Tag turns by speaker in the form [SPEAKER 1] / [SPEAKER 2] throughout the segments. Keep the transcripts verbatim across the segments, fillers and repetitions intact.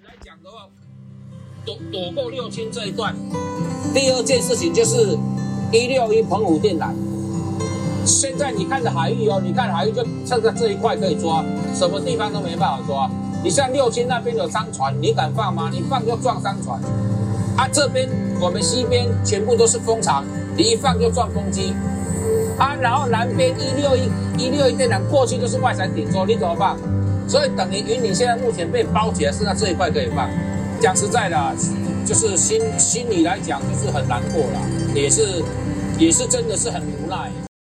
[SPEAKER 1] 来讲的话，躲躲过六轻这一段。第二件事情就是一六一澎湖电缆。现在你看的海域哦，你看海域就剩下这一块可以抓，什么地方都没办法抓。你像六轻那边有商船，你敢放吗？你放就撞商船。啊，这边我们西边全部都是风场，你一放就撞风机。啊，然后南边一六一一六一电缆过去就是外伞顶洲，你怎么放？所以等于云林现在目前被包起来，剩下这一块可以放。讲实在的，就是心心里来讲就是很难过啦，也是也是真的是很无奈。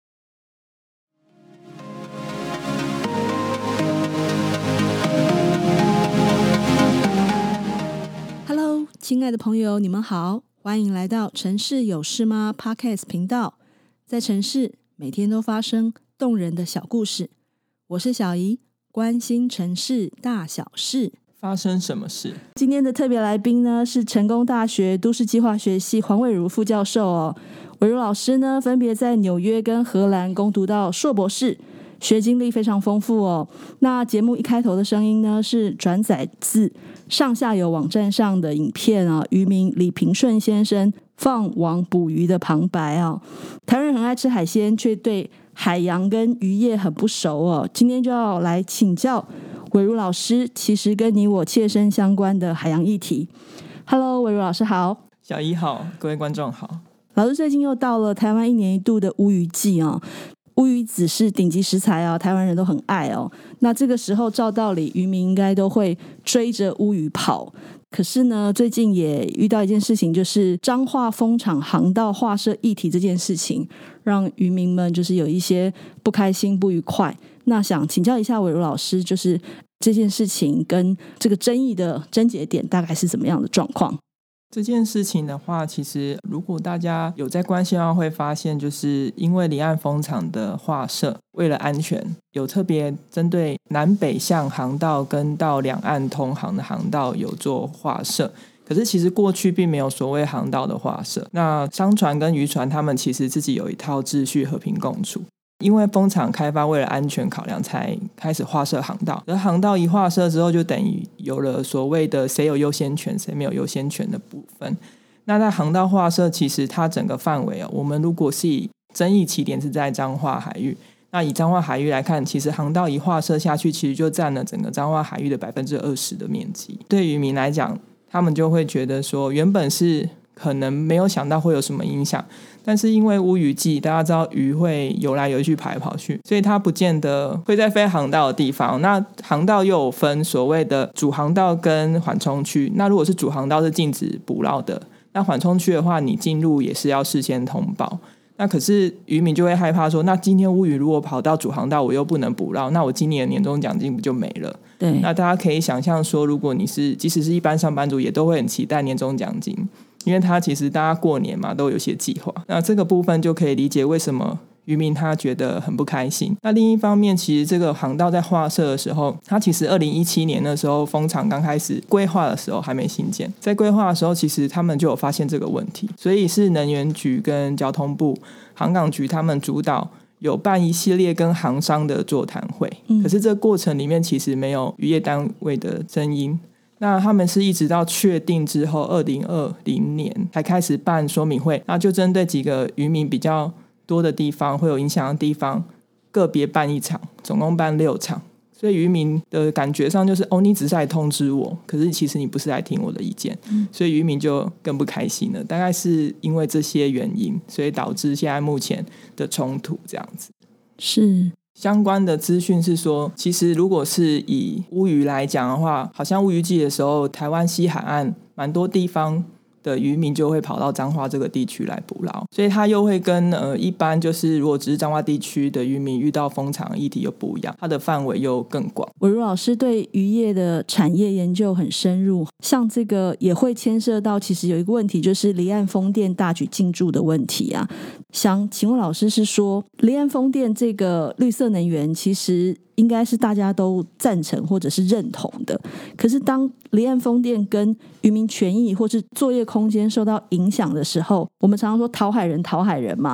[SPEAKER 2] Hello， 亲爱的朋友，你们好，欢迎来到城市有事吗 Podcast 频道。在城市每天都发生动人的小故事，我是小怡，关心城市大小事。
[SPEAKER 3] 发生什么事？
[SPEAKER 2] 今天的特别来宾呢是成功大学都市计划学系黄伟如副教授哦。伟如老师呢分别在纽约跟荷兰攻读到硕博士，学经历非常丰富哦。那节目一开头的声音呢是转载自上下游网站上的影片啊，渔民李平顺先生放网捕鱼的旁白啊。台湾人很爱吃海鲜，却对海洋跟渔业很不熟哦。今天就要来请教伟如老师，其实跟你我切身相关的海洋议题。Hello， 伟如老师好。
[SPEAKER 3] 小怡好，各位观众好。
[SPEAKER 2] 老师最近又到了台湾一年一度的乌鱼季哦。乌鱼子是顶级食材啊，台湾人都很爱哦。那这个时候照道理渔民应该都会追着乌鱼跑，可是呢最近也遇到一件事情，就是彰化风场航道划设议题这件事情，让渔民们就是有一些不开心不愉快。那想请教一下伟如老师，就是这件事情跟这个争议的症结点大概是怎么样的状况？
[SPEAKER 3] 这件事情的话，其实如果大家有在关心的话，会发现就是因为离岸风场的划设，为了安全有特别针对南北向航道跟到两岸通航的航道有做划设，可是其实过去并没有所谓航道的划设。那商船跟渔船他们其实自己有一套秩序，和平共处。因为风场开发为了安全考量才开始划设航道，而航道一划设之后就等于有了所谓的谁有优先权谁没有优先权的部分。那在航道划设其实它整个范围、哦、我们如果是以争议起点是在彰化海域，那以彰化海域来看，其实航道一划设下去其实就占了整个彰化海域的 百分之二十 的面积。对渔民来讲，他们就会觉得说原本是可能没有想到会有什么影响，但是因为乌鱼季大家知道鱼会游来游去跑来跑去，所以它不见得会在非航道的地方。那航道又有分所谓的主航道跟缓冲区，那如果是主航道是禁止捕捞的，那缓冲区的话你进入也是要事先通报。那可是渔民就会害怕说，那今天乌鱼如果跑到主航道我又不能捕捞，那我今年的年终奖金不就没了？
[SPEAKER 2] 对，
[SPEAKER 3] 那大家可以想象说，如果你是即使是一般上班族也都会很期待年终奖金，因为他其实大家过年嘛都有些计划，那这个部分就可以理解为什么渔民他觉得很不开心。那另一方面，其实这个航道在划设的时候，他其实二零一七年的时候风场刚开始规划的时候还没新建，在规划的时候其实他们就有发现这个问题，所以是能源局跟交通部航港局他们主导有办一系列跟航商的座谈会、嗯、可是这个过程里面其实没有渔业单位的声音。那他们是一直到确定之后二零二零年才开始办说明会，那就针对几个渔民比较多的地方会有影响的地方个别办一场，总共办六场。所以渔民的感觉上就是哦，你只是来通知我，可是其实你不是来听我的意见、嗯、所以渔民就更不开心了。大概是因为这些原因，所以导致现在目前的冲突这样子。
[SPEAKER 2] 是
[SPEAKER 3] 相关的资讯是说，其实如果是以乌鱼来讲的话，好像乌鱼季的时候台湾西海岸蛮多地方的渔民就会跑到彰化这个地区来捕捞，所以它又会跟呃一般就是如果只是彰化地区的渔民遇到风场议题又不一样，它的范围又更广。
[SPEAKER 2] 伟如老师对渔业的产业研究很深入，像这个也会牵涉到其实有一个问题，就是离岸风电大举进驻的问题啊。想请问老师是说，离岸风电这个绿色能源其实应该是大家都赞成或者是认同的，可是当离岸风电跟渔民权益或是作业空间受到影响的时候，我们常常说讨海人讨海人嘛，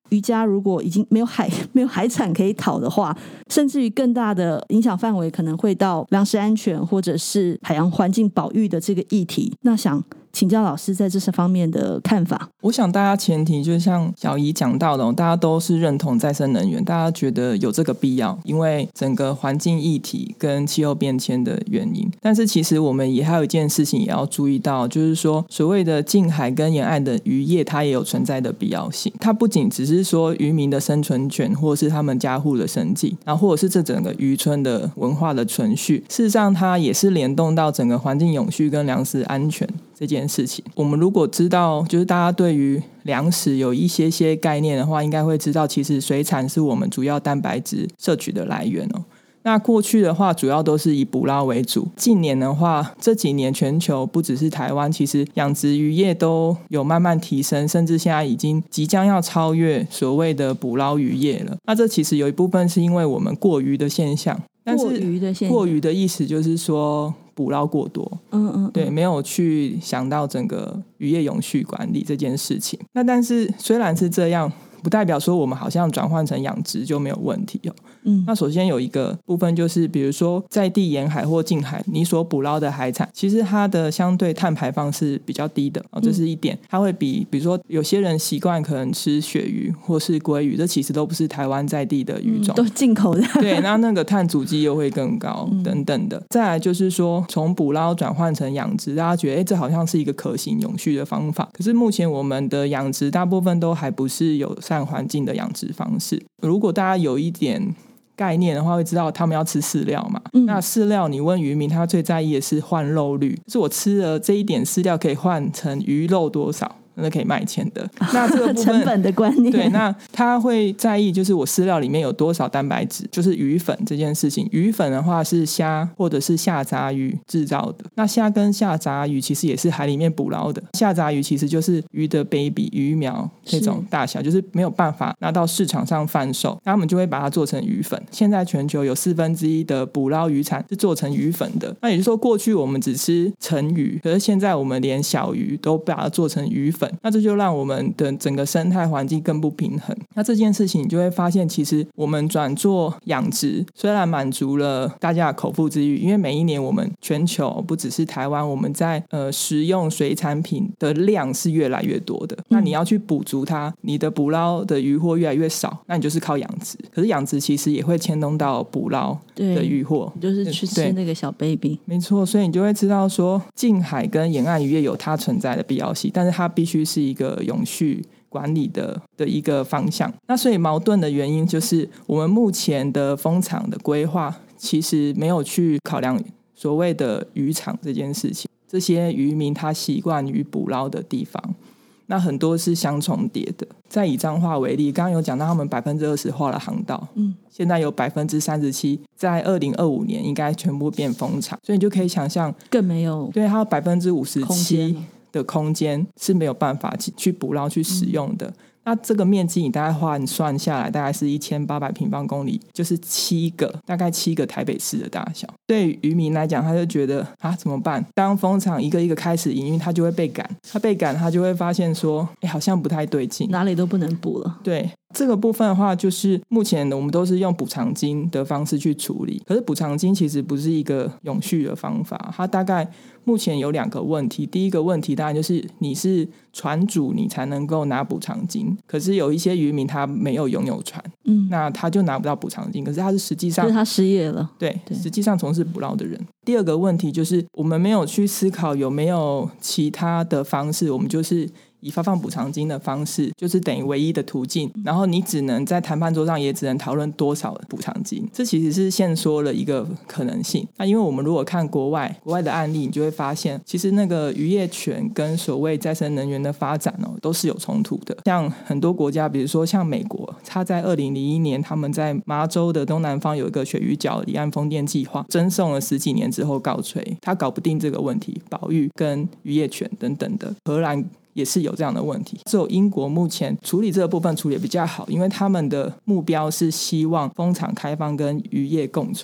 [SPEAKER 2] 渔家如果已经没有海没有海产可以讨的话，甚至于更大的影响范围可能会到粮食安全或者是海洋环境保育的这个议题。那想请教老师在这方面的看法。
[SPEAKER 3] 我想大家前提就像小姨讲到的、哦、大家都是认同再生能源，大家觉得有这个必要，因为整个环境议题跟气候变迁的原因。但是其实我们也还有一件事情也要注意到，就是说所谓的近海跟沿岸的渔业它也有存在的必要性，它不仅只是说渔民的生存权或是他们家户的生计，然后或者是这整个渔村的文化的存续，事实上它也是联动到整个环境永续跟粮食安全这件事情。我们如果知道就是大家对于粮食有一些些概念的话，应该会知道其实水产是我们主要蛋白质摄取的来源哦。那过去的话主要都是以捕捞为主，近年的话这几年全球不只是台湾，其实养殖渔业都有慢慢提升，甚至现在已经即将要超越所谓的捕捞渔业了。那这其实有一部分是因为我们过渔的现象，但是
[SPEAKER 2] 过渔的现象，
[SPEAKER 3] 过渔的意思就是说捕捞过多，
[SPEAKER 2] 嗯嗯，
[SPEAKER 3] 对，没有去想到整个渔业永续管理这件事情。那但是虽然是这样，不代表说我们好像转换成养殖就没有问题哦。嗯，那首先有一个部分就是比如说在地沿海或近海你所捕捞的海产，其实它的相对碳排放是比较低的、哦、这是一点。它会比比如说有些人习惯可能吃鳕鱼或是鲑鱼，这其实都不是台湾在地的鱼种、嗯、
[SPEAKER 2] 都进口的，
[SPEAKER 3] 对，那那个碳足迹又会更高、嗯、等等的。再来就是说从捕捞转换成养殖，大家觉得这好像是一个可行永续的方法，可是目前我们的养殖大部分都还不是友善环境的养殖方式。如果大家有一点概念的话会知道他们要吃饲料嘛、嗯、那饲料你问渔民他最在意的是换肉率，就是我吃了这一点饲料可以换成鱼肉多少，那可以卖钱的。那这个部分
[SPEAKER 2] 成本的观念，
[SPEAKER 3] 对，那他会在意就是我饲料里面有多少蛋白质，就是鱼粉这件事情。鱼粉的话是虾或者是下杂鱼制造的，那虾跟下杂鱼其实也是海里面捕捞的。下杂鱼其实就是鱼的 baby 鱼苗这种大小，就是没有办法拿到市场上贩售，那他们就会把它做成鱼粉。现在全球有四分之一的捕捞渔产是做成鱼粉的，那也就是说过去我们只吃成鱼，可是现在我们连小鱼都把它做成鱼粉，那这就让我们的整个生态环境更不平衡。那这件事情你就会发现，其实我们转做养殖虽然满足了大家的口腹之欲，因为每一年我们全球不只是台湾，我们在呃食用水产品的量是越来越多的、嗯、那你要去补足它，你的捕捞的渔获越来越少，那你就是靠养殖。可是养殖其实也会牵动到捕捞的渔获，
[SPEAKER 2] 就是去吃那个小 baby。
[SPEAKER 3] 没错，所以你就会知道说近海跟沿岸渔业有它存在的必要性，但是它必须是一个永续管理 的, 的一个方向。那所以矛盾的原因就是我们目前的风场的规划其实没有去考量所谓的渔场这件事情，这些渔民他习惯于捕捞的地方那很多是相重叠的。再以彰化为例，刚刚有讲到他们百分之二十化了航道，嗯，现在有百分之三十七，在二零二五年应该全部变风场，所以你就可以想象
[SPEAKER 2] 更没有，
[SPEAKER 3] 对，它有百分之五十七的空间是没有办法去捕捞去使用的、嗯、那这个面积你大概换算下来大概是一千八百平方公里，就是七个大概七个台北市的大小。对于渔民来讲，他就觉得啊怎么办，当风场一个一个开始营运，他就会被赶，他被赶他就会发现说哎，好像不太对劲，
[SPEAKER 2] 哪里都不能补了。
[SPEAKER 3] 对，这个部分的话就是目前我们都是用补偿金的方式去处理，可是补偿金其实不是一个永续的方法，它大概目前有两个问题。第一个问题当然就是你是船主你才能够拿补偿金，可是有一些渔民他没有拥有船、嗯、那他就拿不到补偿金，可是他是实际上
[SPEAKER 2] 就是他失业了，
[SPEAKER 3] 对, 对实际上从事捕捞的人。第二个问题就是我们没有去思考有没有其他的方式，我们就是以发放补偿金的方式就是等于唯一的途径，然后你只能在谈判桌上也只能讨论多少补偿金，这其实是限缩了一个可能性。那因为我们如果看国外国外的案例，你就会发现其实那个渔业权跟所谓再生能源的发展、哦、都是有冲突的。像很多国家比如说像美国，他在二零零一年他们在麻州的东南方有一个鳕鱼角离岸风电计划，征送了十几年之后告吹，他搞不定这个问题，保育跟渔业权等等的。荷兰也是有这样的问题，只有英国目前处理这个部分处理比较好，因为他们的目标是希望风场开放跟渔业共存。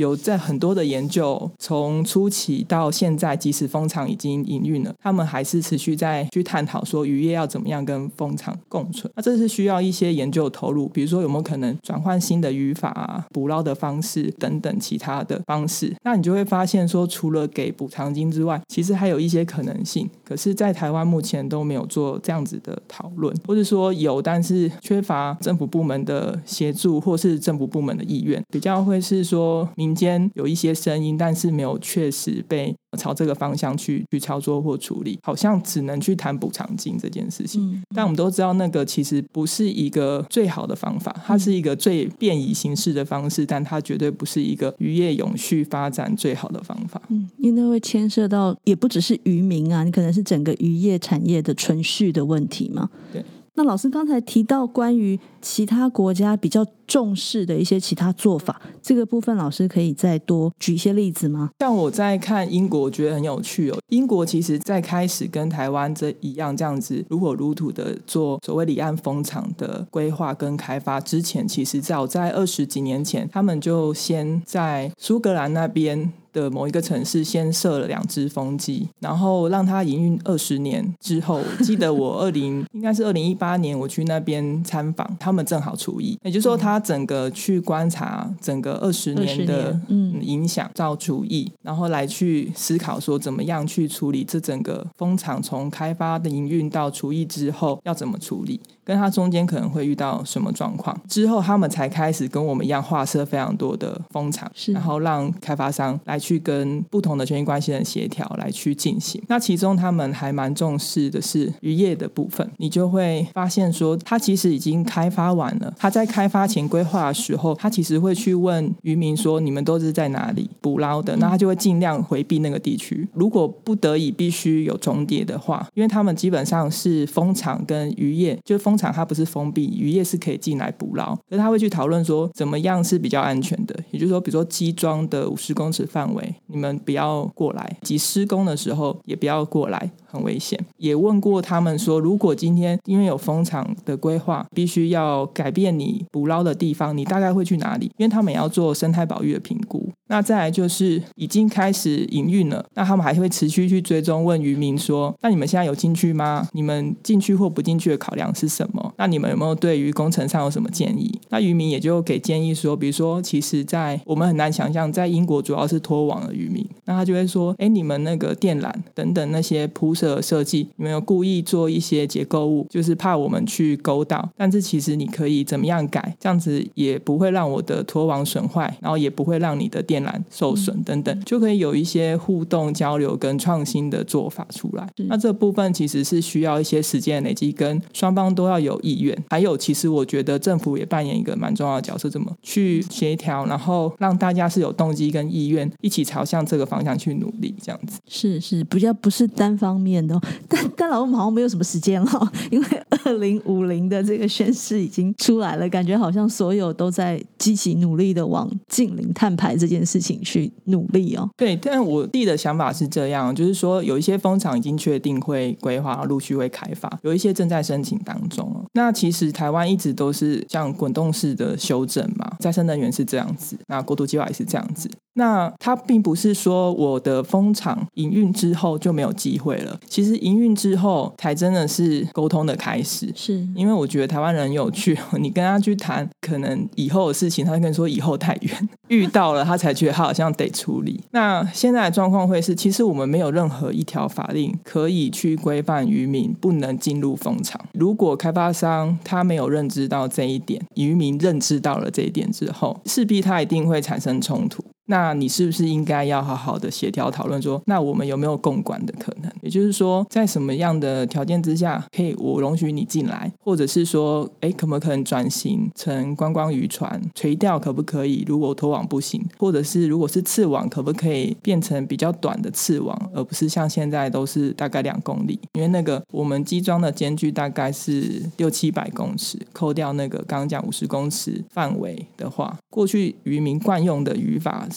[SPEAKER 3] 有在很多的研究，从初期到现在，即使蜂场已经营运了，他们还是持续在去探讨说渔业要怎么样跟蜂场共存。那这是需要一些研究投入，比如说有没有可能转换新的渔法啊、捕捞的方式等等其他的方式。那你就会发现说，除了给补偿金之外，其实还有一些可能性，可是在台湾目前都没有做这样子的讨论，或者说有，但是缺乏政府部门的协助或是政府部门的意愿，比较会是说民间有一些声音，但是没有确实被朝这个方向去去操作或处理，好像只能去谈补偿金这件事情、嗯、但我们都知道那个其实不是一个最好的方法，它是一个最便宜形式的方式，但它绝对不是一个渔业永续发展最好的方法。
[SPEAKER 2] 嗯，因为会牵涉到也不只是渔民啊，你可能是整个渔业产业的存续的问题嘛。
[SPEAKER 3] 对。
[SPEAKER 2] 那老师刚才提到关于其他国家比较重视的一些其他做法，这个部分老师可以再多举一些例子吗？
[SPEAKER 3] 像我在看英国，我觉得很有趣哦。英国其实在开始跟台湾这一样这样子如火如荼的做所谓离岸蜂场的规划跟开发之前，其实早在二十几年前，他们就先在苏格兰那边的某一个城市先设了两只蜂机，然后让它营运二十年之后，记得我二零应该是二零一八年我去那边参访，他们正好除役，也就是说他整个去观察整个二十年的影响照除役，然后来去思考说怎么样去处理这整个蜂场从开发的营运到除役之后要怎么处理，跟它中间可能会遇到什么状况，之后他们才开始跟我们一样划设非常多的蜂场，然后让开发商来去跟不同的权益关系人协调来去进行。那其中他们还蛮重视的是渔业的部分，你就会发现说他其实已经开发完了，他在开发前规划的时候，他其实会去问渔民说你们都是在哪里捕捞的，那他就会尽量回避那个地区，如果不得已必须有重叠的话，因为他们基本上是蜂场跟渔业，就是蜂场它不是封闭，渔业是可以进来捕捞，可是他会去讨论说怎么样是比较安全的，也就是说比如说机桩的五十公尺范围你们不要过来，及施工的时候也不要过来，很危险。也问过他们说，如果今天因为有蜂场的规划必须要改变你捕捞的地方，你大概会去哪里，因为他们也要做生态保育的评估。那再来就是已经开始营运了，那他们还会持续去追踪，问渔民说那你们现在有进去吗？你们进去或不进去的考量是什么？那你们有没有对于工程上有什么建议？那渔民也就给建议说，比如说其实在我们很难想象，在英国主要是拖网的渔民，那他就会说哎，你们那个电缆等等那些铺设设计，你们有故意做一些结构物，就是怕我们去勾到，但是其实你可以怎么样改，这样子也不会让我的拖网损坏，然后也不会让你的电缆受损等等，就可以有一些互动交流跟创新的做法出来。那这部分其实是需要一些时间的累积，跟双方都要有意愿，还有其实我觉得政府也扮演一个蛮重要的角色，怎么去协调，然后让大家是有动机跟意愿一起朝向这个方向去努力，这样子。
[SPEAKER 2] 是是，比较不是单方面的、哦、但但老师好像没有什么时间了，因为二零五零的这个宣示已经出来了，感觉好像所有都在积极努力的往净零碳排这件事情去努力哦。
[SPEAKER 3] 对，但我自己的想法是这样，就是说有一些蜂场已经确定会规划，陆续会开发，有一些正在申请当中哦。那其实台湾一直都是像滚动式的修正嘛，再生能源是这样子，那国土计划也是这样子。那它并不是说我的蜂场营运之后就没有机会了，其实营运之后才真的是沟通的开始。
[SPEAKER 2] 是
[SPEAKER 3] 因为我觉得台湾人很有趣，你跟他去谈可能以后的事情，他会跟你说以后太远，遇到了他才觉得他好像得处理。那现在的状况会是，其实我们没有任何一条法令可以去规范渔民不能进入蜂场。如果开发商他没有认知到这一点，渔民认知到了这一点之后，势必他一定会产生冲突。那你是不是应该要好好的协调讨论说，那我们有没有共管的可能，也就是说在什么样的条件之下可以我容许你进来，或者是说诶可不可能转型成观光渔船，垂钓可不可以，如果拖网不行，或者是如果是刺网可不可以变成比较短的刺网，而不是像现在都是大概两公里，因为那个我们机装的间距大概是六七百公尺，扣掉那个刚刚讲五十公尺范围的话，过去渔民惯用的渔法是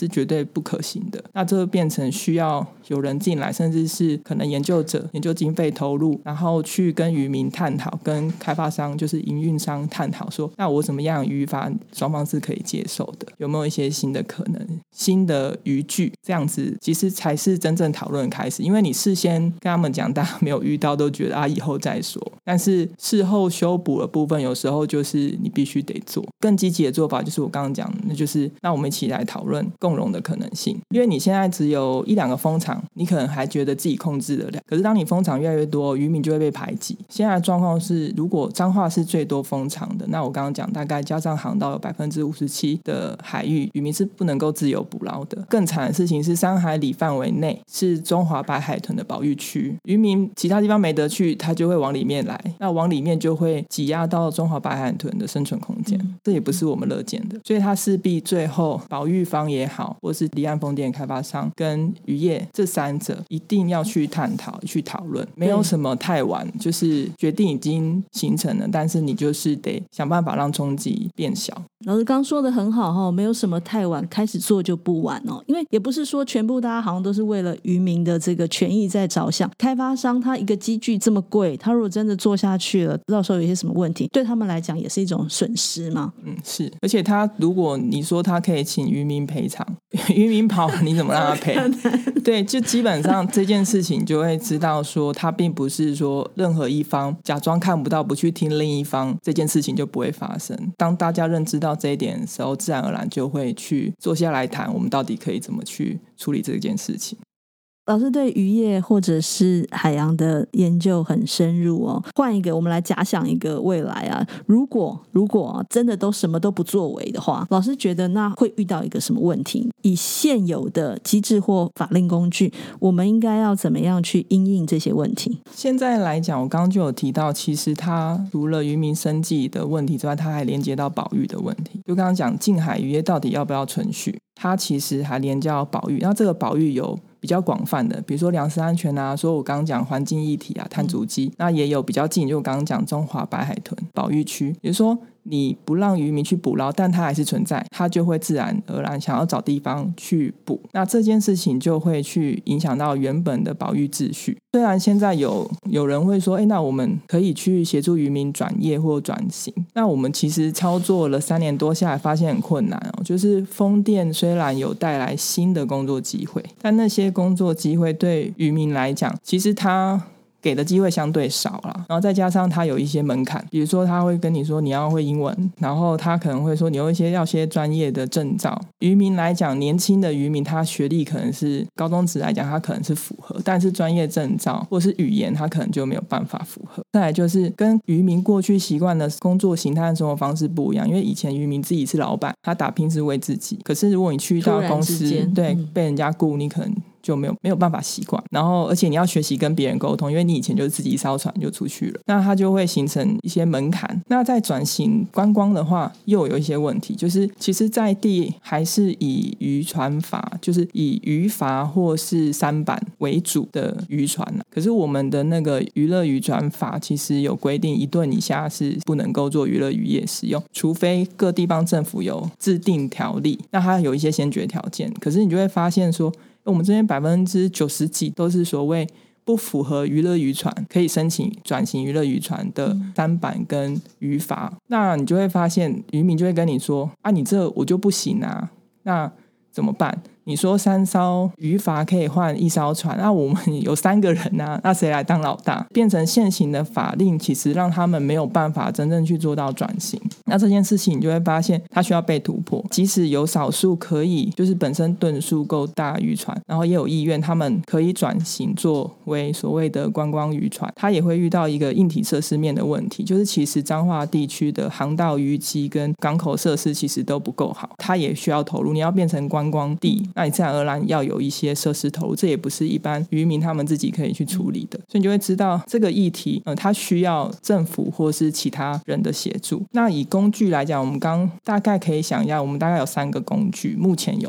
[SPEAKER 3] 是绝对不可行的。那这会变成需要有人进来，甚至是可能研究者研究经费投入，然后去跟渔民探讨，跟开发商就是营运商探讨说，那我怎么样渔法双方是可以接受的，有没有一些新的可能新的渔具，这样子其实才是真正讨论开始。因为你事先跟他们讲，大家没有遇到都觉得啊以后再说，但是事后修补的部分有时候就是你必须得做。更积极的做法就是我刚刚讲的，那就是那我们一起来讨论共融的可能性。因为你现在只有一两个蜂场，你可能还觉得自己控制得了，可是当你蜂场越来越多，渔民就会被排挤。现在的状况是，如果彰化是最多蜂场的，那我刚刚讲大概加上航道有百分之五十七的海域渔民是不能够自由捕捞的。更惨的事情是，三海里范围内是中华白海豚的保育区，渔民其他地方没得去，他就会往里面来，那往里面就会挤压到中华白海豚的生存空间、嗯、这也不是我们乐见的。所以他势必最后保育方也好，或是离岸风电开发商跟渔业这三者一定要去探讨去讨论，没有什么太晚，就是决定已经形成了，但是你就是得想办法让冲击变小。
[SPEAKER 2] 老师刚说的很好哈，没有什么太晚，开始做就不晚哦。因为也不是说全部大家好像都是为了渔民的这个权益在着想，开发商他一个机具这么贵，他如果真的做下去了，到时候有些什么问题，对他们来讲也是一种损失嘛。
[SPEAKER 3] 嗯，是。而且他如果你说他可以请渔民赔偿，渔民跑你怎么让他赔？对，就基本上这件事情就会知道说，他并不是说任何一方假装看不到不去听另一方，这件事情就不会发生。当大家认知到这一点的时候，自然而然就会去坐下来谈我们到底可以怎么去处理这件事情。
[SPEAKER 2] 老师对渔业或者是海洋的研究很深入哦。换一个，我们来假想一个未来啊，如果如果真的都什么都不作为的话，老师觉得那会遇到一个什么问题？以现有的机制或法令工具，我们应该要怎么样去因应这些问题？
[SPEAKER 3] 现在来讲，我刚刚就有提到，其实它除了渔民生计的问题之外，它还连接到保育的问题。就刚刚讲近海渔业到底要不要存续，它其实还连接到保育。那这个保育有比较广泛的，比如说粮食安全啊，说我刚刚讲环境议题啊，碳足迹、嗯、那也有比较近，就我刚刚讲中华白海豚保育区，也就是说你不让渔民去捕捞，但它还是存在，它就会自然而然想要找地方去捕，那这件事情就会去影响到原本的保育秩序。虽然现在有有人会说，哎，那我们可以去协助渔民转业或转型，那我们其实操作了三年多下来发现很困难哦。就是风电虽然有带来新的工作机会，但那些工作机会对渔民来讲，其实它给的机会相对少啦，然后再加上他有一些门槛，比如说他会跟你说你要会英文，然后他可能会说你有一些要些专业的证照。渔民来讲，年轻的渔民他学历可能是高中职来讲他可能是符合，但是专业证照或是语言他可能就没有办法符合。再来就是跟渔民过去习惯的工作形态和生活方式不一样，因为以前渔民自己是老板，他打拼是为自己，可是如果你去到公司，对、嗯、被人家雇，你可能就没有没有办法习惯，然后而且你要学习跟别人沟通，因为你以前就是自己一艘船就出去了，那它就会形成一些门槛。那在转型观光的话又有一些问题，就是其实在地还是以渔船法，就是以渔筏或是舢板为主的渔船、啊、可是我们的那个娱乐渔船法其实有规定一吨以下是不能够做娱乐渔业使用，除非各地方政府有制定条例，那它有一些先决条件。可是你就会发现说我们这边百分之九十几都是所谓不符合娱乐渔船可以申请转型娱乐渔船的舢板跟渔筏、嗯、那你就会发现渔民就会跟你说啊，你这我就不行啊，那怎么办？你说三艘渔筏可以换一艘船，那我们有三个人啊，那谁来当老大？变成现行的法令其实让他们没有办法真正去做到转型。那这件事情你就会发现它需要被突破，即使有少数可以就是本身吨数够大渔船，然后也有意愿他们可以转型作为所谓的观光渔船，它也会遇到一个硬体设施面的问题，就是其实彰化地区的航道渔基跟港口设施其实都不够好，它也需要投入。你要变成观光地，那你自然而然要有一些设施投入，这也不是一般渔民他们自己可以去处理的，所以你就会知道这个议题呃，它需要政府或是其他人的协助。那以工具来讲，我们刚大概可以想一下，我们大概有三个工具目前有的。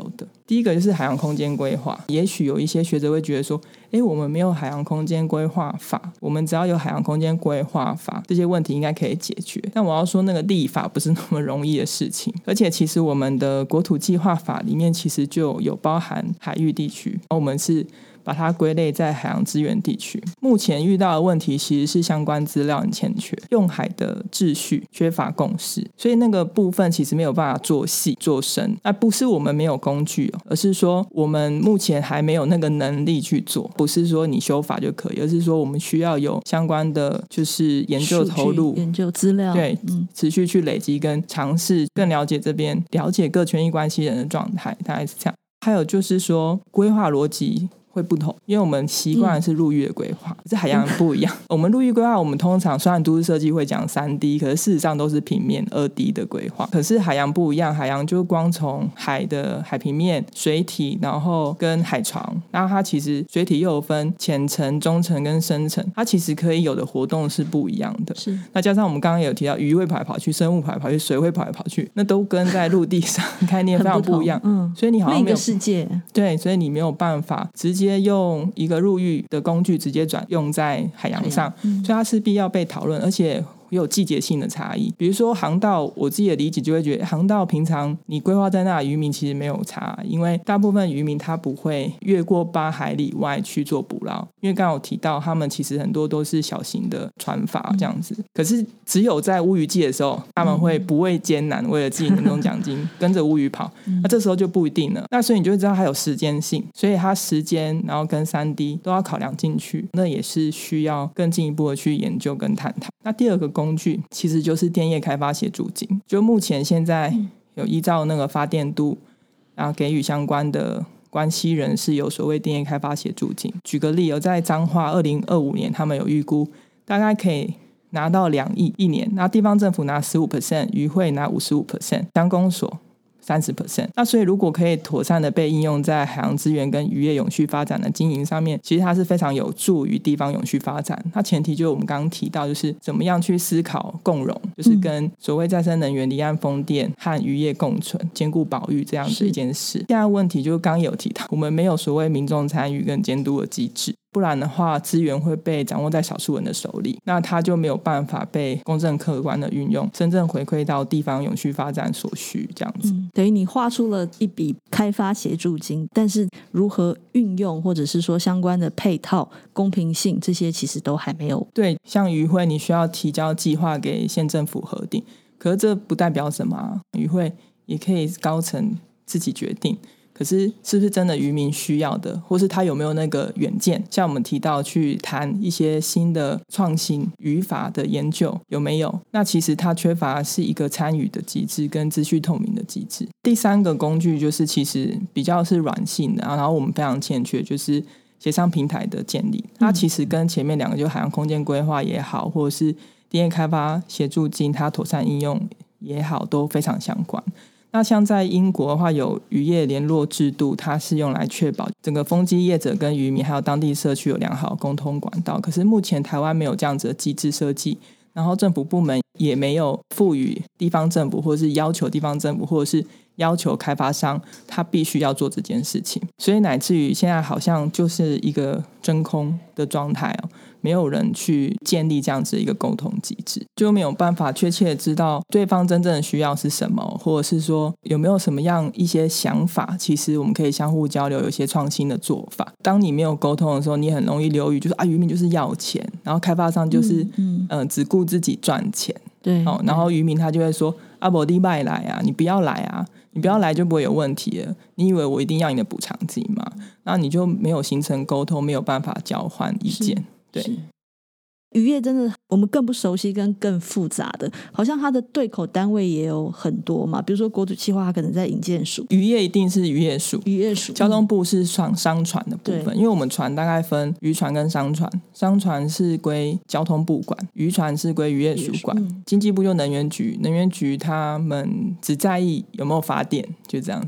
[SPEAKER 3] 第一个就是海洋空间规划，也许有一些学者会觉得说，诶，我们没有海洋空间规划法，我们只要有海洋空间规划法，这些问题应该可以解决。但我要说那个立法不是那么容易的事情，而且其实我们的国土计划法里面其实就有包含海域地区，我们是把它归类在海洋资源地区。目前遇到的问题其实是相关资料很欠缺，用海的秩序缺乏共识，所以那个部分其实没有办法做细做深。那不是我们没有工具、哦、而是说我们目前还没有那个能力去做，不是说你修法就可以，而是说我们需要有相关的就是研究投入、
[SPEAKER 2] 研究资料，
[SPEAKER 3] 对、
[SPEAKER 2] 嗯，
[SPEAKER 3] 持续去累积跟尝试更了解这边，了解各权益关系人的状态，大概是这样。还有就是说规划逻辑会不同，因为我们习惯是陆域的规划，可是海洋不一样。我们陆域规划，我们通常虽然都市设计会讲 三 D， 可是事实上都是平面 二 D 的规划。可是海洋不一样，海洋就光从海的海平面、水体，然后跟海床，然后它其实水体又有分浅层、中层跟深层，它其实可以有的活动是不一样的。
[SPEAKER 2] 是，
[SPEAKER 3] 那加上我们刚刚有提到鱼会跑来跑去，生物跑来跑去，水会跑来跑去，那都跟在陆地上概念非常不一样。
[SPEAKER 2] 嗯，
[SPEAKER 3] 所以你好像没有
[SPEAKER 2] 另一个世界，
[SPEAKER 3] 对，所以你没有办法直接用一个陆域的工具直接转用在海洋上，
[SPEAKER 2] 海洋嗯、
[SPEAKER 3] 所以它势必要被讨论，而且也有季节性的差异。比如说航道，我自己的理解就会觉得航道平常你规划在那渔民其实没有差，因为大部分渔民他不会越过八海里外去做捕捞，因为刚刚有提到他们其实很多都是小型的船筏这样子、嗯、可是只有在乌鱼季的时候他们会不畏艰难、嗯、为了自己年终奖金跟着乌鱼跑、嗯、那这时候就不一定了。那所以你就会知道它有时间性，所以它时间然后跟 三 D 都要考量进去，那也是需要更进一步的去研究跟探讨。那第二个工具其实就是电业开发协助金，就目前现在有依照那个发电度然后给予相关的关系人士有所谓电业开发协助金。举个例，有在彰化二零二五年他们有预估大概可以拿到两亿一年，那地方政府拿 百分之十五， 渔会拿 百分之五十五， 乡公所百分之三十。 那所以如果可以妥善的被应用在海洋资源跟渔业永续发展的经营上面，其实它是非常有助于地方永续发展。那前提就是我们刚刚提到，就是怎么样去思考共融，就是跟所谓再生能源、离岸风电和渔业共存，兼顾保育这样的一件事。现在问题就是刚刚有提到，我们没有所谓民众参与跟监督的机制，不然的话资源会被掌握在少数人的手里，那它就没有办法被公正客观的运用，真正回馈到地方永续发展所需这样子、嗯、
[SPEAKER 2] 等于你画出了一笔开发协助金，但是如何运用或者是说相关的配套公平性这些其实都还没有。
[SPEAKER 3] 对，像渔会你需要提交计划给县政府核定，可是这不代表什么、啊、渔会也可以高层自己决定，可是是不是真的渔民需要的，或是他有没有那个远见，像我们提到去谈一些新的创新渔法的研究有没有，那其实它缺乏是一个参与的机制跟资讯透明的机制。第三个工具就是其实比较是软性的，然后我们非常欠缺就是协商平台的建立，它其实跟前面两个就海洋空间规划也好，或者是电业开发协助金它妥善应用也好都非常相关。那像在英国的话有渔业联络制度，它是用来确保整个风机业者跟渔民还有当地社区有良好的沟通管道，可是目前台湾没有这样子的机制设计，然后政府部门也没有赋予地方政府或者是要求地方政府或者是要求开发商他必须要做这件事情，所以乃至于现在好像就是一个真空的状态哦，没有人去建立这样子的一个沟通机制，就没有办法确切的知道对方真正的需要是什么，或者是说有没有什么样一些想法，其实我们可以相互交流，有一些创新的做法。当你没有沟通的时候，你很容易流于就是啊，渔民就是要钱，然后开发商就是嗯、呃、只顾自己赚钱，
[SPEAKER 2] 对、
[SPEAKER 3] 哦、然后渔民他就会说啊，没你别来啊，你不要来啊，你不要来就不会有问题了，你以为我一定要你的补偿金吗？然后你就没有形成沟通，没有办法交换意见。对，
[SPEAKER 2] 渔业真的我们更不熟悉跟更复杂的，好像它的对口单位也有很多嘛，比如说国土计划它可能在营建署，
[SPEAKER 3] 渔业一定是渔业署，
[SPEAKER 2] 渔业署
[SPEAKER 3] 交通部是商商船的部分，因为我们船大概分渔船跟商船，商船是归交通部管，渔船是归渔业署管、嗯、经济部就能源局，能源局他们只在意有没有发电，就这样子。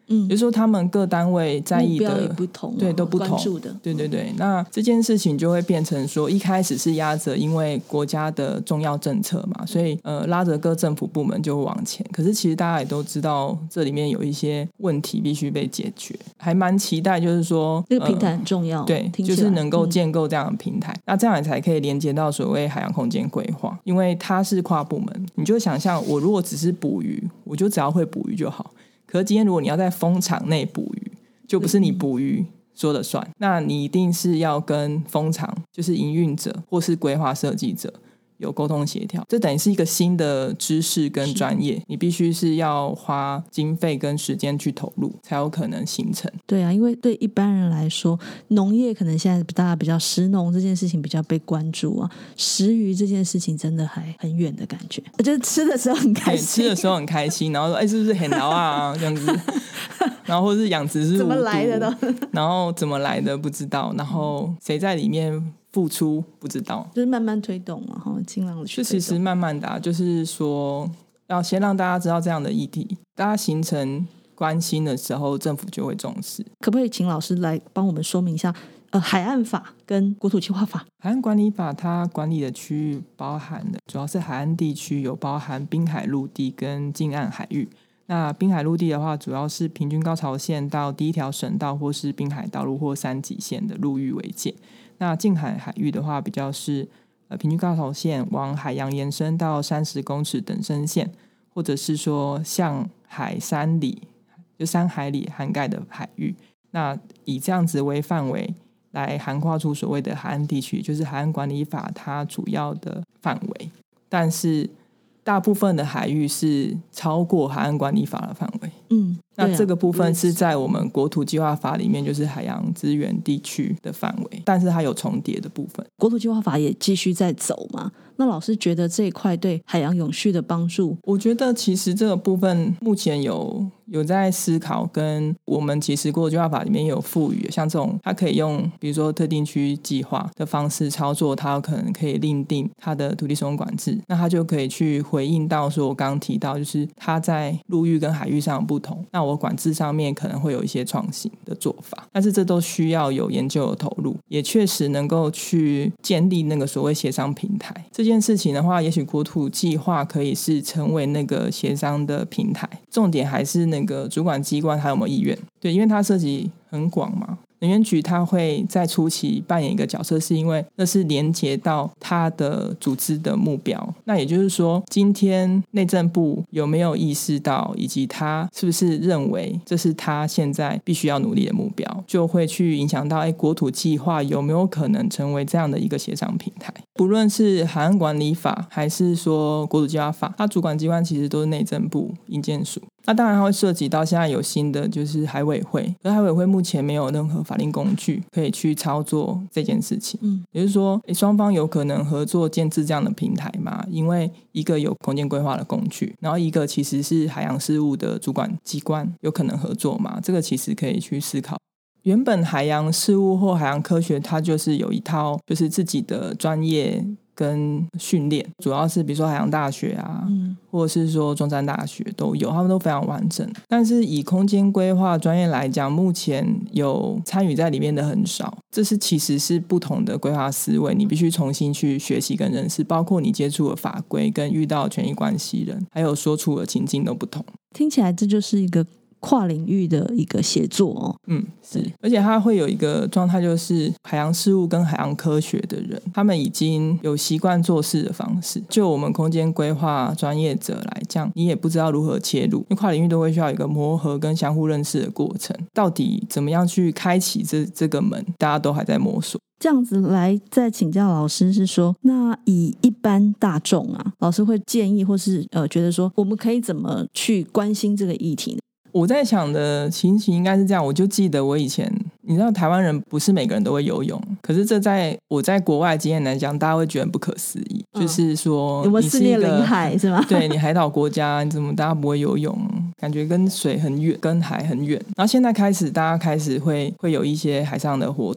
[SPEAKER 3] 嗯，就是说他们各单位在意的
[SPEAKER 2] 目标也不同、啊、
[SPEAKER 3] 对，都不同，
[SPEAKER 2] 关注的，
[SPEAKER 3] 对对对。那这件事情就会变成说，一开始是压着因为国家的重要政策嘛，所以呃拉着各政府部门就会往前。可是其实大家也都知道，这里面有一些问题必须被解决，还蛮期待就是说
[SPEAKER 2] 这个平台很重要，呃、
[SPEAKER 3] 对，就是能够建构这样的平台、嗯，那这样也才可以连接到所谓海洋空间规划，因为它是跨部门。你就想象，我如果只是捕鱼，我就只要会捕鱼就好。可是今天如果你要在风场内捕鱼，就不是你捕鱼说了算，那你一定是要跟风场就是营运者或是规划设计者有沟通协调，这等于是一个新的知识跟专业，你必须是要花经费跟时间去投入才有可能形成。
[SPEAKER 2] 对啊，因为对一般人来说，农业可能现在大家比较食农这件事情比较被关注啊，食鱼这件事情真的还很远的感觉。我觉得吃的时候很开心，
[SPEAKER 3] 吃的时候很开心，然后说哎，是不是很牢啊这样子然后或是养殖是
[SPEAKER 2] 怎么来的都
[SPEAKER 3] 然后怎么来的不知道，然后谁在里面付出不知道，
[SPEAKER 2] 就是慢慢推动嘛，尽量的去推动。
[SPEAKER 3] 就其实慢慢的、啊、就是说要先让大家知道这样的议题，大家形成关心的时候，政府就会重视。
[SPEAKER 2] 可不可以请老师来帮我们说明一下呃，海岸法跟国土计划法？
[SPEAKER 3] 海岸管理法它管理的区域包含的主要是海岸地区，有包含滨海陆地跟近岸海域。那滨海陆地的话，主要是平均高潮线到第一条省道或是滨海道路或三级线的陆域为界。那近海海域的话，比较是呃平均高潮线往海洋延伸到三十公尺等深线，或者是说向海三里就三海里涵盖的海域。那以这样子为范围来涵盖出所谓的海岸地区，就是海岸管理法它主要的范围。但是大部分的海域是超过海岸管理法的范围。嗯，那这个部分是在我们国土计划法里面，就是海洋资源地区的范围，但是它有重叠的部分。
[SPEAKER 2] 国土计划法也继续在走嘛？那老师觉得这一块对海洋永续的帮助？
[SPEAKER 3] 我觉得其实这个部分目前有有在思考，跟我们其实国土计划法里面也有赋予，像这种它可以用比如说特定区域计划的方式操作，它有可能可以另定它的土地使用管制，那它就可以去回应到说我刚刚提到就是它在陆域跟海域上的不同，那我管制上面可能会有一些创新的做法，但是这都需要有研究的投入，也确实能够去建立那个所谓协商平台。这件事情的话，也许国土计划可以是成为那个协商的平台，重点还是那个主管机关还有没有意愿。对，因为它涉及很广嘛，能源局它会在初期扮演一个角色，是因为那是连接到它的组织的目标。那也就是说，今天内政部有没有意识到，以及他是不是认为这是他现在必须要努力的目标，就会去影响到哎，国土计划有没有可能成为这样的一个协商平台。不论是海岸管理法还是说国土计划法，它主管机关其实都是内政部营建署。那当然它会涉及到现在有新的就是海委会，而海委会目前没有任何法定工具可以去操作这件事情。嗯，也就是说双方有可能合作建制这样的平台嘛？因为一个有空间规划的工具，然后一个其实是海洋事务的主管机关，有可能合作嘛？这个其实可以去思考。原本海洋事务或海洋科学它就是有一套就是自己的专业跟训练，主要是比如说海洋大学啊、嗯、或者是说中山大学都有，他们都非常完整。但是以空间规划专业来讲，目前有参与在里面的很少，这是其实是不同的规划思维，你必须重新去学习跟认识，包括你接触的法规跟遇到权益关系人还有说出的情境都不同。
[SPEAKER 2] 听起来这就是一个跨领域的一个协作哦。
[SPEAKER 3] 嗯，是，而且它会有一个状态，就是海洋事务跟海洋科学的人，他们已经有习惯做事的方式。就我们空间规划专业者来讲，你也不知道如何切入，因为跨领域都会需要一个磨合跟相互认识的过程。到底怎么样去开启这这个门，大家都还在摸索。
[SPEAKER 2] 这样子来再请教老师是说，那以一般大众啊，老师会建议或是呃觉得说，我们可以怎么去关心这个议题呢？
[SPEAKER 3] 我在想的情形应该是这样，我就记得我以前，你知道台湾人不是每个人都会游泳，可是这在我在国外经验来讲，大家会觉得很不可思议、嗯、就是说
[SPEAKER 2] 有没有四面临海是吗？
[SPEAKER 3] 对，你海岛国家你怎么大家不会游泳，感觉跟水很远跟海很远。然后现在开始大家开始会会有一些海上的活动，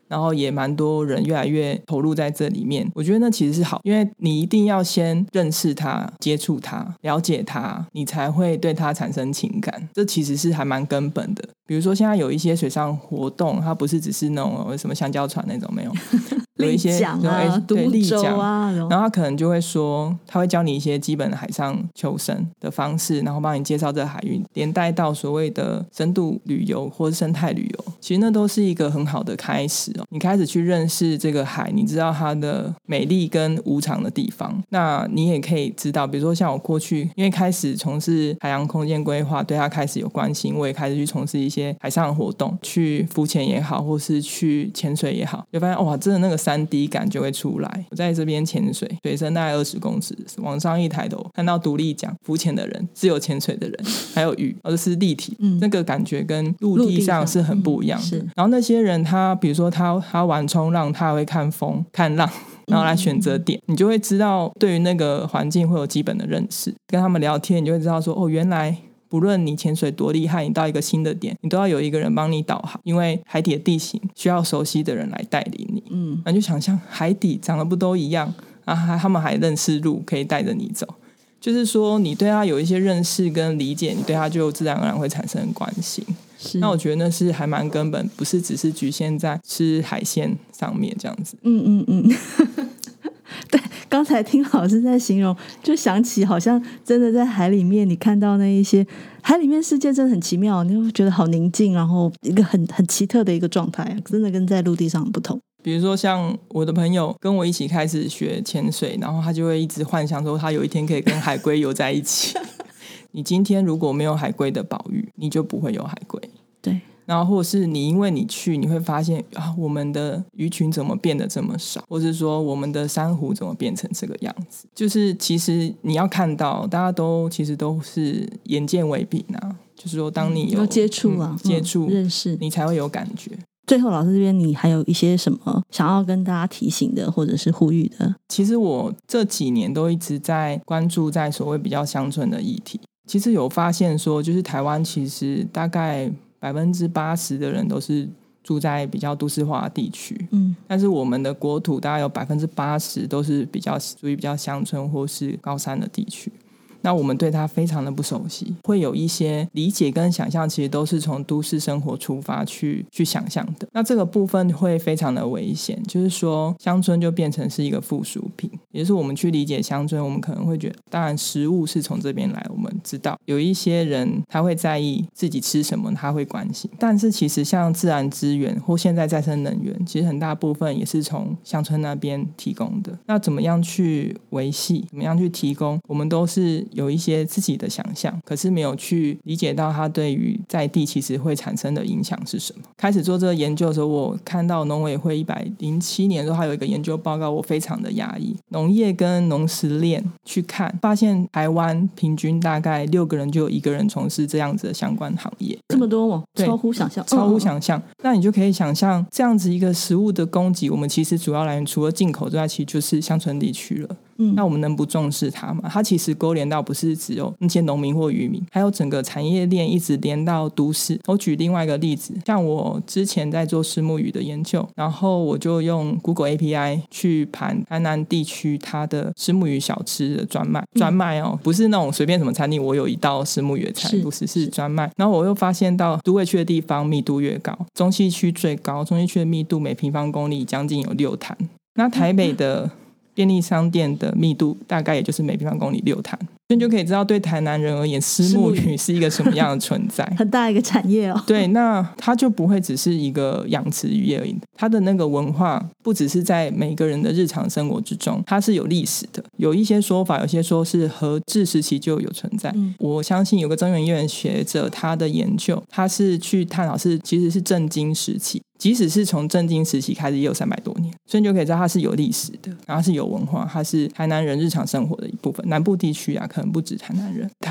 [SPEAKER 3] 然后也蛮多人越来越投入在这里面。我觉得那其实是好，因为你一定要先认识它、接触它、了解它，你才会对它产生情感，这其实是还蛮根本的。比如说现在有一些水上活动，它不是只是那种什么香蕉船那种，没有有一些
[SPEAKER 2] 立桨啊、独舟啊，
[SPEAKER 3] 然后他可能就会说，他会教你一些基本的海上求生的方式，然后帮你介绍这个海域，连带到所谓的深度旅游或是生态旅游，其实那都是一个很好的开始哦。你开始去认识这个海，你知道它的美丽跟无常的地方，那你也可以知道，比如说像我过去因为开始从事海洋空间规划，对它开始有关心，我也开始去从事一些海上活动，去浮潜也好，或是去潜水也好，就发现哇，真的那个三 D 感就会出来。我在这边潜水，水深大概二十公尺，往上一抬头看到独立桨浮潜的人，自由潜水的人，还有鱼，而是立体、嗯、那个感觉跟陆地上是很不一样的、嗯、然后那些人他比如说他他玩冲浪，他会看风看浪，然后来选择点、嗯、你就会知道对于那个环境会有基本的认识，跟他们聊天你就会知道说，哦，原来不论你潜水多厉害，你到一个新的点，你都要有一个人帮你导航，因为海底的地形需要熟悉的人来带领你。嗯，那就想象海底长得不都一样啊？他们还认识路，可以带着你走。就是说，你对他有一些认识跟理解，你对他就自然而然会产生关心。那我觉得那是还蛮根本，不是只是局限在吃海鲜上面这样子。
[SPEAKER 2] 嗯嗯嗯。对，刚才听老师在形容，就想起好像真的在海里面，你看到那一些海里面世界真的很奇妙，你会觉得好宁静，然后一个很很奇特的一个状态，真的跟在陆地上很不同。
[SPEAKER 3] 比如说像我的朋友跟我一起开始学潜水，然后他就会一直幻想说他有一天可以跟海龟游在一起你今天如果没有海龟的保育，你就不会有海龟。
[SPEAKER 2] 对，
[SPEAKER 3] 然后或是你因为你去你会发现啊，我们的鱼群怎么变得这么少，或是说我们的珊瑚怎么变成这个样子，就是其实你要看到大家都其实都是眼见为凭啊，就是说当你有、
[SPEAKER 2] 嗯、接触啊、
[SPEAKER 3] 嗯、接触、
[SPEAKER 2] 嗯、认识，
[SPEAKER 3] 你才会有感觉。
[SPEAKER 2] 最后老师这边你还有一些什么想要跟大家提醒的或者是呼吁的？
[SPEAKER 3] 其实我这几年都一直在关注在所谓比较乡村的议题，其实有发现说就是台湾其实大概百分之八十的人都是住在比较都市化的地区，嗯，但是我们的国土大概有百分之八十都是比较属于比较乡村或是高山的地区。那我们对它非常的不熟悉，会有一些理解跟想象其实都是从都市生活出发去去想象的，那这个部分会非常的危险，就是说乡村就变成是一个附属品，也就是我们去理解乡村，我们可能会觉得当然食物是从这边来，我们知道有一些人他会在意自己吃什么，他会关心，但是其实像自然资源或现在再生能源其实很大部分也是从乡村那边提供的，那怎么样去维系，怎么样去提供，我们都是有一些自己的想象，可是没有去理解到它对于在地其实会产生的影响是什么。开始做这个研究的时候，我看到农委会一百零七年的时候还有一个研究报告，我非常的压抑，农业跟农食链去看，发现台湾平均大概六个人就有一个人从事这样子的相关行业，
[SPEAKER 2] 这么多吗？超乎想象，
[SPEAKER 3] 超乎想象、嗯、那你就可以想象这样子一个食物的供给，我们其实主要来源除了进口之外，其实就是乡村地区了。嗯，那我们能不重视它吗？它其实勾连到不是只有那些农民或渔民，还有整个产业链一直连到都市。我举另外一个例子，像我之前在做虱目鱼的研究，然后我就用 Google A P I 去盘台南地区它的虱目鱼小吃的专卖，专卖哦，不是那种随便什么餐厅我有一道虱目鱼的菜，不是，是专卖。然后我又发现到都会区的地方密度越高，中西区最高，中西区的密度每平方公里将近有六摊，那台北的便利商店的密度大概也就是每平方公里六摊，所以你就可以知道对台南人而言虱目鱼是一个什么样的存在
[SPEAKER 2] 很大一个产业哦。
[SPEAKER 3] 对，那它就不会只是一个养殖渔业而已，它的那个文化不只是在每个人的日常生活之中，它是有历史的，有一些说法有些说是和治时期就有存在、嗯、我相信有个中原院学者他的研究，他是去探讨是其实是郑经时期，即使是从郑经时期开始也有三百多年，所以你就可以知道它是有历史的，然后是有文化，它是台南人日常生活的一部分。南部地区啊可能不止台南人，它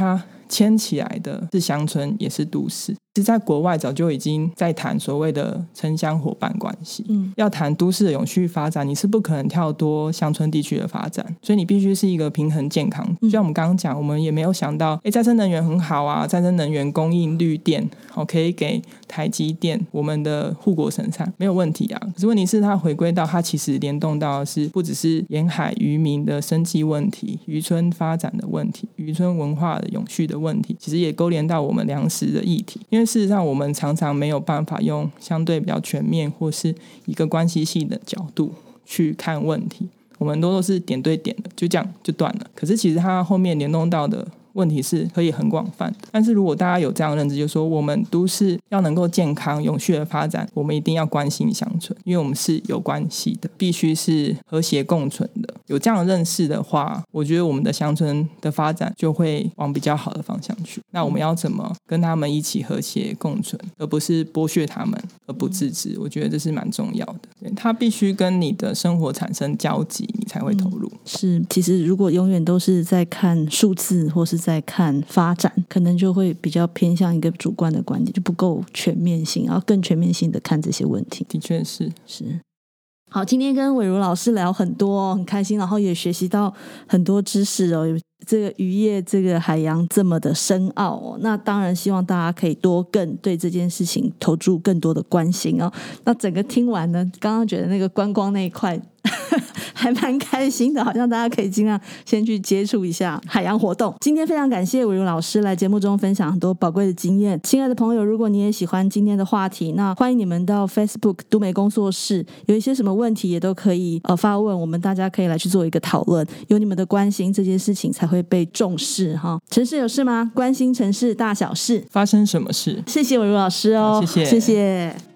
[SPEAKER 3] 牵起来的是乡村也是都市。其实在国外早就已经在谈所谓的城乡伙伴关系、嗯、要谈都市的永续发展，你是不可能跳多乡村地区的发展，所以你必须是一个平衡健康、嗯、就像我们刚刚讲，我们也没有想到诶再生能源很好啊，再生能源供应绿电、哦、可以给台积电我们的护国神山没有问题啊，可是问题是它回归到它其实联动到的是不只是沿海渔民的生计问题，渔村发展的问题，渔村文化的永续的问题，其实也勾连到我们粮食的议题。因为事实上我们常常没有办法用相对比较全面或是一个关系性的角度去看问题，我们都是点对点的，就这样就断了。可是其实它后面联动到的问题是可以很广泛的，但是如果大家有这样的认知，就是说我们都市要能够健康永续的发展，我们一定要关心乡村，因为我们是有关系的，必须是和谐共存的。有这样的认识的话，我觉得我们的乡村的发展就会往比较好的方向去。那我们要怎么跟他们一起和谐共存，而不是剥削他们而不自知，我觉得这是蛮重要的。对，它必须跟你的生活产生交集，你才会投入、嗯、
[SPEAKER 2] 是，其实如果永远都是在看数字或是在看发展，可能就会比较偏向一个主观的观点，就不够全面性，然后更全面性的看这些问题。
[SPEAKER 3] 的确是
[SPEAKER 2] 是。好，今天跟伟如老师聊很多、哦、很开心，然后也学习到很多知识哦。这个渔业这个海洋这么的深奥哦，那当然希望大家可以多更对这件事情投注更多的关心哦。那整个听完呢，刚刚觉得那个观光那一块还蛮开心的，好像大家可以尽量先去接触一下海洋活动。今天非常感谢伟如老师来节目中分享很多宝贵的经验。亲爱的朋友，如果你也喜欢今天的话题，那欢迎你们到 Facebook 都媒工作室，有一些什么问题也都可以呃发问，我们大家可以来去做一个讨论，有你们的关心，这件事情才会被重视哈。城市有事吗？关心城市大小事，
[SPEAKER 3] 发生什么事？
[SPEAKER 2] 谢谢伟如老师哦，
[SPEAKER 3] 谢谢，
[SPEAKER 2] 谢谢。